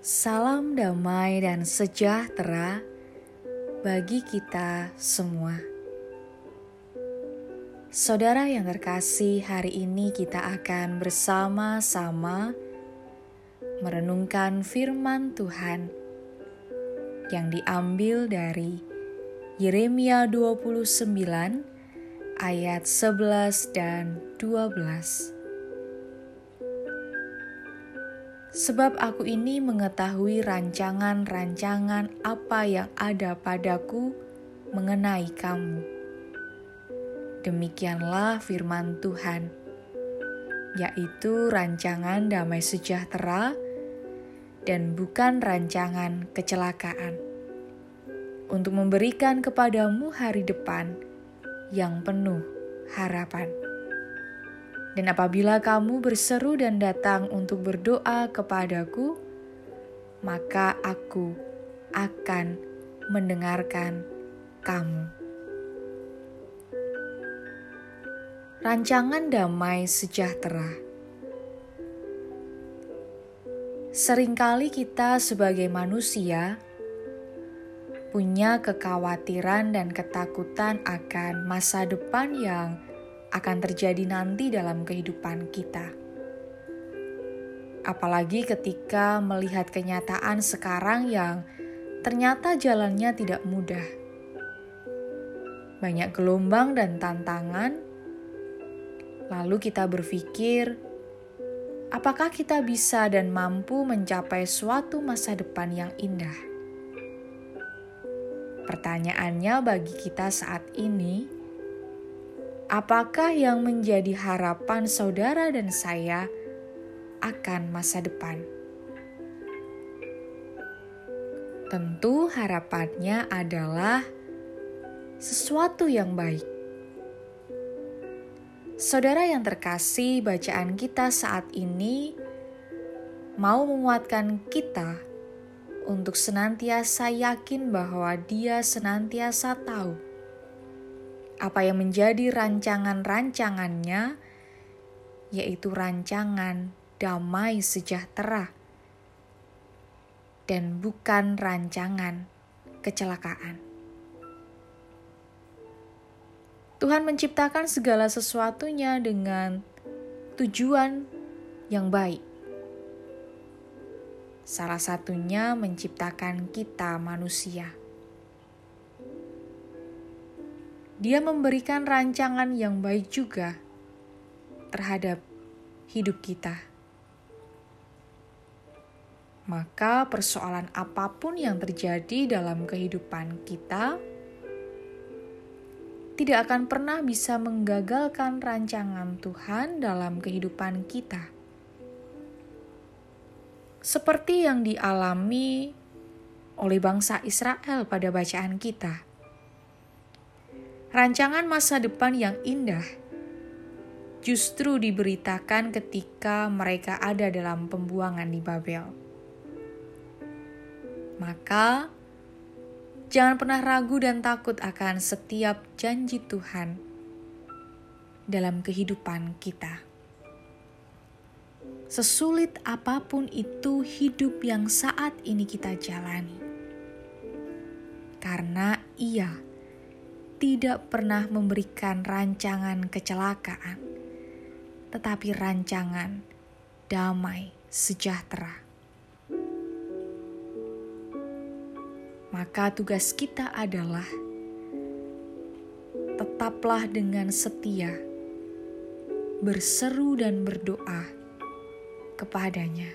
Salam damai dan sejahtera bagi kita semua. Saudara yang terkasih, hari ini kita akan bersama-sama merenungkan firman Tuhan yang diambil dari Yeremia 29 ayat 11 dan 12. Sebab aku ini mengetahui rancangan-rancangan apa yang ada padaku mengenai kamu. Demikianlah firman Tuhan, yaitu rancangan damai sejahtera dan bukan rancangan kecelakaan, untuk memberikan kepadamu hari depan yang penuh harapan. Dan apabila kamu berseru dan datang untuk berdoa kepadaku, maka aku akan mendengarkan kamu. Rancangan damai sejahtera. Seringkali kita sebagai manusia punya kekhawatiran dan ketakutan akan masa depan yang akan terjadi nanti dalam kehidupan kita. Apalagi ketika melihat kenyataan sekarang yang ternyata jalannya tidak mudah. Banyak gelombang dan tantangan, lalu kita berpikir, apakah kita bisa dan mampu mencapai suatu masa depan yang indah? Pertanyaannya bagi kita saat ini, apakah yang menjadi harapan saudara dan saya akan masa depan? Tentu harapannya adalah sesuatu yang baik. Saudara yang terkasih, bacaan kita saat ini mau menguatkan kita untuk senantiasa yakin bahwa Dia senantiasa tahu apa yang menjadi rancangan-rancangannya, yaitu rancangan damai sejahtera dan bukan rancangan kecelakaan. Tuhan menciptakan segala sesuatunya dengan tujuan yang baik. Salah satunya menciptakan kita manusia. Dia memberikan rancangan yang baik juga terhadap hidup kita. Maka persoalan apapun yang terjadi dalam kehidupan kita tidak akan pernah bisa menggagalkan rancangan Tuhan dalam kehidupan kita. Seperti yang dialami oleh bangsa Israel pada bacaan kita. Rancangan masa depan yang indah justru diberitakan ketika mereka ada dalam pembuangan di Babel. Maka, jangan pernah ragu dan takut akan setiap janji Tuhan dalam kehidupan kita. Sesulit apapun itu hidup yang saat ini kita jalani, karena Ia tidak pernah memberikan rancangan kecelakaan, tetapi rancangan damai sejahtera. Maka tugas kita adalah tetaplah dengan setia, berseru dan berdoa kepadanya,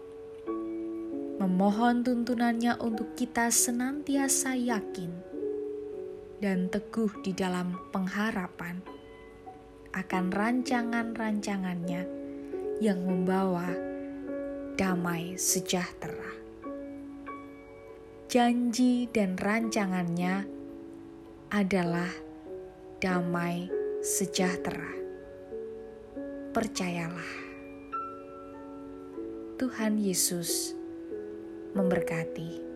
memohon tuntunannya untuk kita senantiasa yakin dan teguh di dalam pengharapan akan rancangan-rancangannya yang membawa damai sejahtera. Janji dan rancangannya adalah damai sejahtera. Percayalah. Tuhan Yesus memberkati.